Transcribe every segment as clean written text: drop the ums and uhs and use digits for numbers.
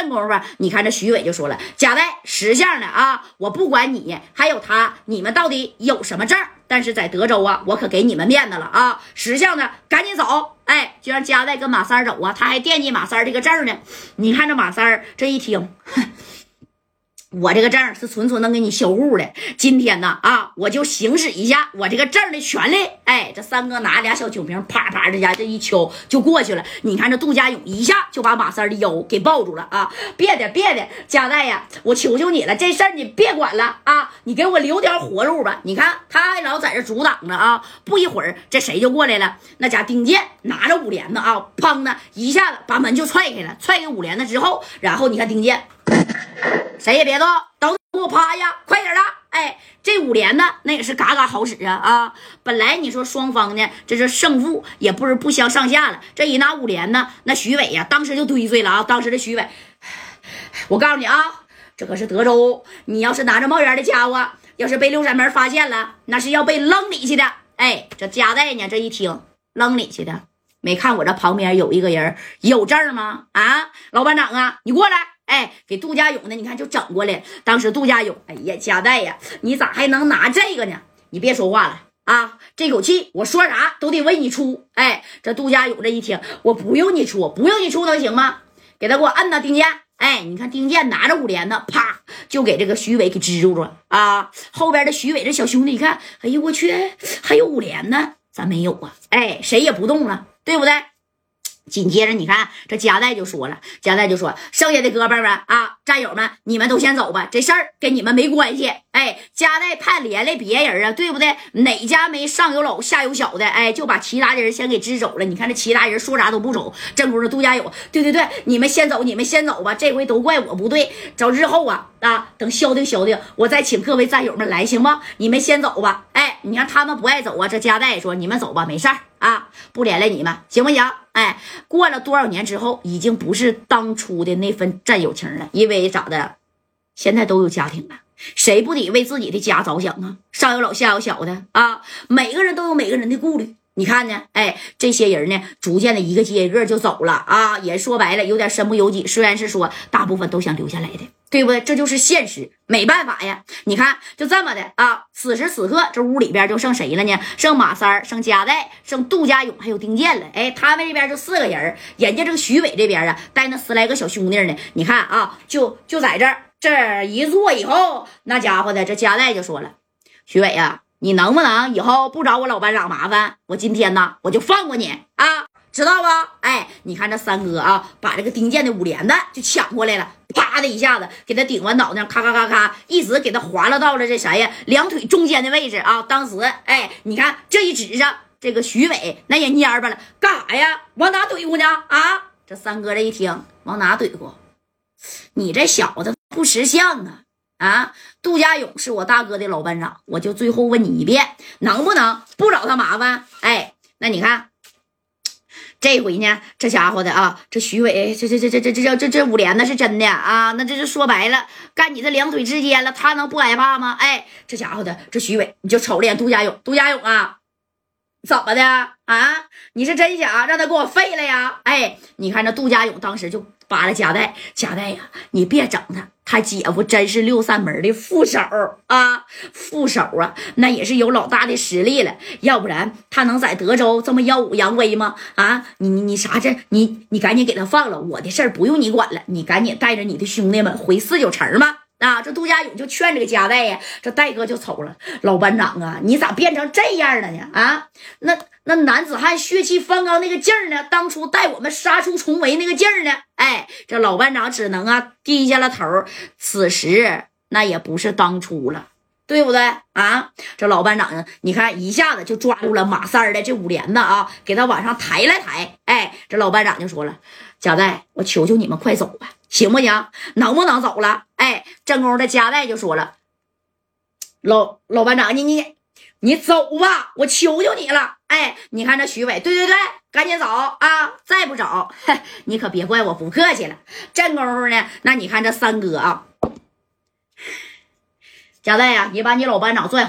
正功夫，你看这徐伟就说了，贾代识相的啊，我不管你还有他，你们到底有什么证？但是在德州啊，我可给你们面子了啊！识相的赶紧走，哎，就让贾代跟马三走啊，他还惦记马三这个证呢。你看这马三这一听，我这个证是纯能给你销户的，今天呢啊，我就行使一下我这个证的权利。哎，这三哥拿俩小酒瓶，啪啪的家这一敲就过去了。你看这杜家勇一下就把马三的腰给抱住了啊！别的，贾代呀，我求求你了，这事儿你别管了啊，你给我留条活路吧。你看他还老在这阻挡着啊，不一会儿这谁就过来了？那家丁健拿着五连子啊，砰的一下子把门就踹开了，踹开五连子之后，然后你看丁健。谁也别动，都给我趴下，快点的！哎，这五连呢，那也是嘎嘎好使啊！本来你说双方呢，这是胜负也不是不相上下了。这一拿五连呢，那徐伟呀，当时就堆碎了啊！当时的徐伟，我告诉你啊，这可是德州，你要是拿着冒烟的家伙，要是被六扇门发现了，那是要被扔里去的。哎，这贾代呢，这一听扔里去的，没看我这旁边有一个人有证吗？啊，老班长啊，你过来！哎，给杜家勇的，你看就整过来。当时杜家勇，哎呀，贾代呀，你咋还能拿这个呢？你别说话了啊！这口气我说啥都得为你出。哎，这杜家勇这一听，我不用你出，能行吗？给他给我摁到丁健。哎，你看丁健拿着五连呢，啪就给这个徐伟给支住了啊！后边的徐伟这小兄弟一看，哎呦我去，还有五连呢，咱没有啊！哎，谁也不动了，对不对？紧接着你看这贾代就说了，剩下的哥们们啊，战友们，你们都先走吧，这事儿跟你们没关系。哎，贾代怕连累别人啊，对不对？哪家没上有老下有小的，哎，就把其他人先给支走了。你看这其他人说啥都不走，正宫的杜家勇，对，你们先走吧，这回都怪我不对，找日后啊等消停，我再请各位战友们来，行吗？你们先走吧。哎，你看他们不爱走啊，这贾代说你们走吧，没事儿啊，不连累你们，行不行？哎，过了多少年之后，已经不是当初的那份战友情了，因为咋的，现在都有家庭了，谁不得为自己的家着想啊？上有老下有小的啊，每个人都有每个人的顾虑。你看呢？哎，这些人呢，逐渐的一个接一个就走了啊，也说白了有点身不由己。虽然是说大部分都想留下来的，对不对？这就是现实，没办法呀。你看就这么的啊，此时此刻这屋里边就剩谁了呢？剩马三，剩贾代，剩杜家勇，还有丁健了。哎，他们这边就4个人，人家这个徐伟这边啊，带那10来个小兄弟呢。你看啊，就在这一坐以后，那家伙的这贾代就说了，徐伟啊，你能不能以后不找我老班长麻烦？我今天呢，我就放过你啊，知道吧？哎，你看这三哥啊，把这个丁健的五连子就抢过来了，啪的一下子给他顶完脑袋，咔咔咔咔，一直给他划拉到了这啥呀，两腿中间的位置啊。当时，哎，你看这一指上，这个徐伟那也蔫巴了，干啥呀？往哪怼过呢？啊！这三哥这一听，往哪怼过？你这小子不识相啊！啊，杜家勇是我大哥的老班长，我就最后问你一遍，能不能不找他麻烦？哎，那你看这回呢，这家伙的啊，这徐伟这五连那是真的啊，那这就说白了，干你这两腿之间了，他能不害怕吗？哎，这家伙的这徐伟，你就瞅了眼杜家勇啊，怎么的啊？你是真想让他给我废了呀？哎，你看这杜家勇当时就扒拉贾代呀，你别整他姐夫真是六扇门的副手啊，那也是有老大的实力了，要不然他能在德州这么耀武扬威吗？啊，你啥这你赶紧给他放了，我的事儿不用你管了，你赶紧带着你的兄弟们回49城吧。啊，这杜家勇就劝这个贾代呀，这戴哥就瞅了，老班长啊，你咋变成这样了呢？啊，那男子汉血气方刚那个劲儿呢？当初带我们杀出重围那个劲儿呢？哎，这老班长只能低下了头。此时那也不是当初了，对不对啊？这老班长呢，你看一下子就抓住了马三的这五连子啊，给他往上抬了抬。哎，这老班长就说了，贾代，我求求你们快走吧，行不行？能不能走了？哎，正宫的贾代就说了，老班长，你走吧，我求求你了。哎，你看这徐伟，对，赶紧走啊！再不走，你可别怪我不客气了。正功夫呢，那你看这三哥啊，贾代呀，你把你老班长拽好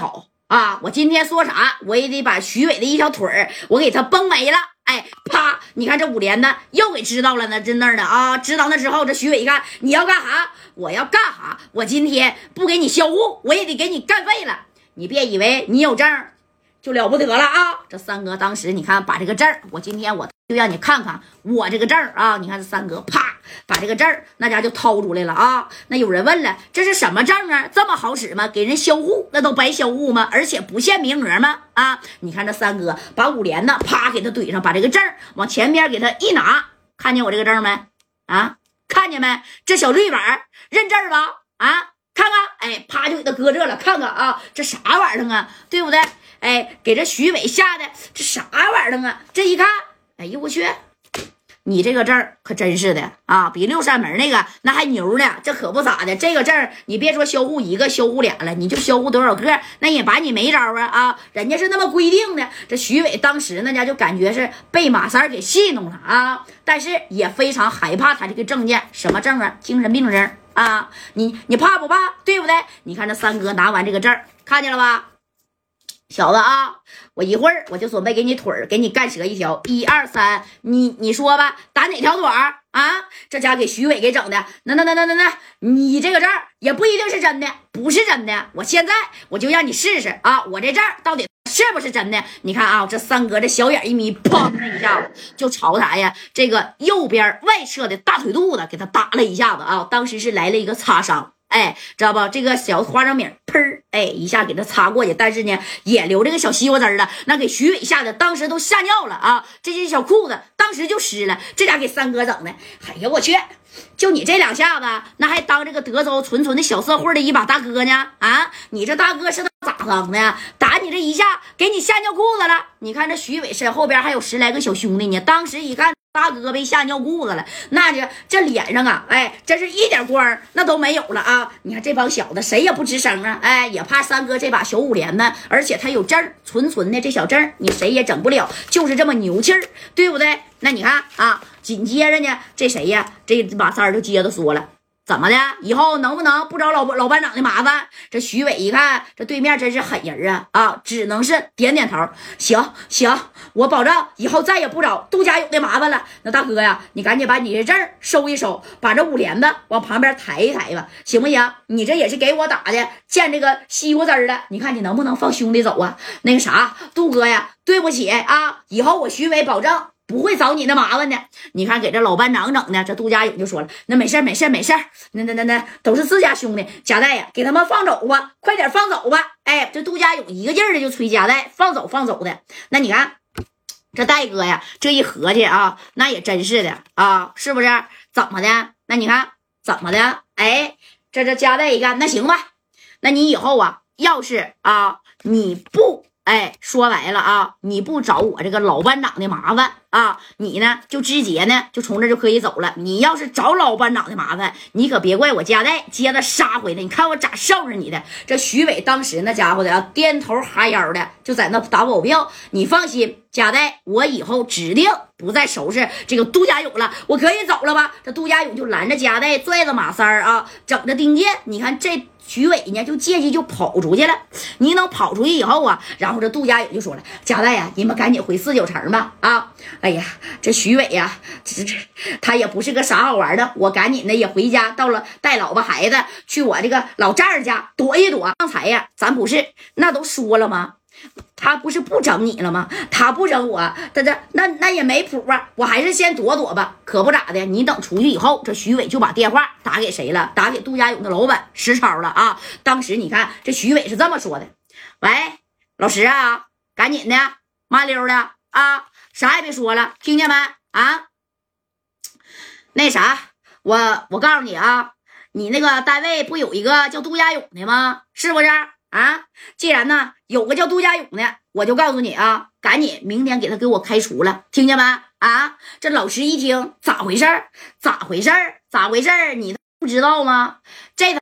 啊！我今天说啥，我也得把徐伟的一条腿儿我给他崩没了。哎，啪！你看这五连呢，又给知道了呢，真那儿的啊！知道那之后，这徐伟一看，你要干啥？我要干啥？我今天不给你销户，我也得给你干废了。你别以为你有证就了不得了啊！这三哥当时你看把这个证我今天我就让你看看我这个证啊！你看这三哥啪把这个证那家就掏出来了啊！那有人问了，这是什么证啊？这么好使吗？给人销户那都白销户吗？而且不限名额吗？啊！你看这三哥把五连呢啪给他怼上，把这个证往前边给他一拿，看见我这个证没？啊，看见没？这小绿板认证吧？啊，看看，哎，啪就给他搁这了，看看啊，这啥玩意儿啊？对不对？哎，给这徐伟吓的这啥玩意儿啊？这一看，哎呦我去，你这个证可真是的啊，比六扇门那个那还牛呢。这可不咋的，这个证你别说销户一个销户俩了，你就销户多少个，那也把你没招啊！人家是那么规定的。这徐伟当时那家就感觉是被马三给戏弄了啊，但是也非常害怕他这个证件，什么证啊？精神病证啊！你怕不怕？对不对？你看这三哥拿完这个证，看见了吧？小子啊，我一会儿我就准备给你腿儿给你干折一条，1、2、3，你说吧，打哪条腿儿啊？这家给徐伟给整的，那，你这个证也不一定是真的，不是真的。我现在我就让你试试啊，我这证到底是不是真的？你看啊，这三哥这小眼一眯，砰的一下子就朝啥呀？这个右边外侧的大腿肚子给他打了一下子啊，当时是来了一个擦伤。哎，知道不？这个小花生米喷哎一下给他擦过去，但是呢也留这个小西瓜汁了，那给徐伟吓得当时都吓尿了啊！这件小裤子当时就湿了，这家给三哥整的，哎呀我去！就你这两下子，那还当这个德州纯的小社会的一把大哥呢？啊，你这大哥是咋当的？打你这一下，给你吓尿裤子了。你看这徐伟身后边还有10来个小兄弟呢，当时一看大哥被吓尿裤子了，那这脸上啊，哎，真是一点光那都没有了啊！你看这帮小子谁也不吱声啊，哎，也怕三哥这把小五连呢，而且他有证纯的这小证，你谁也整不了，就是这么牛气儿，对不对？那你看啊，紧接着呢，这谁呀？这马三就接着说了。怎么的？以后能不能不找老班长的麻烦？这徐伟一看，这对面真是狠人啊！只能是点点头。行，我保证以后再也不找杜家勇的麻烦了。那大哥呀，你赶紧把你这证收一收，把这五连子往旁边抬一抬吧，行不行？你这也是给我打的，见这个西瓜汁的，你看你能不能放兄弟走啊？那个啥，杜哥呀，对不起啊，以后我徐伟保证不会找你的麻烦的。你看给这老班长整的，这杜家勇就说了，那没事，那都是自家兄弟，贾代呀，给他们放走吧，快点放走吧。哎，这杜家勇一个劲儿的就催贾代放走的。那你看这戴哥呀，这一合计啊，那也真是的啊，是不是？怎么的？那你看怎么的？哎，这贾代一看，那行吧，那你以后啊，要是啊你不说白了啊，你不找我这个老班长的麻烦啊，你呢就直接呢就从这就可以走了。你要是找老班长的麻烦，你可别怪我家代接着杀回来，你看我咋收拾你的。这徐伟当时那家伙的啊，颠头哈腰的就在那打保镖。你放心，家代，我以后指定不再收拾这个杜家勇了，我可以走了吧？这杜家勇就拦着家代，拽着马三啊，整着丁健。你看这徐伟呢就借机就跑出去了。你等跑出去以后啊，然后这杜家勇就说了，家代呀，你们赶紧回49城吧啊！哎呀，这徐伟呀，这他也不是个啥好玩的，我赶紧的也回家，到了带老婆孩子去我这个老丈人家躲一躲。刚才呀，咱不是那都说了吗？他不是不整你了吗？他不整我，那也没谱啊！我还是先躲躲吧。可不咋的，你等出去以后，这徐伟就把电话打给谁了？打给杜家勇的老板石超了啊！当时你看这徐伟是这么说的：“喂，老石啊，赶紧的，麻溜的啊，啥也别说了，听见没啊？那啥，我告诉你啊，你那个单位不有一个叫杜家勇的吗？是不是？”啊，既然呢有个叫杜家勇的，我就告诉你啊，赶紧明天给我开除了，听见没？啊，这老石一听，咋回事？你不知道吗？这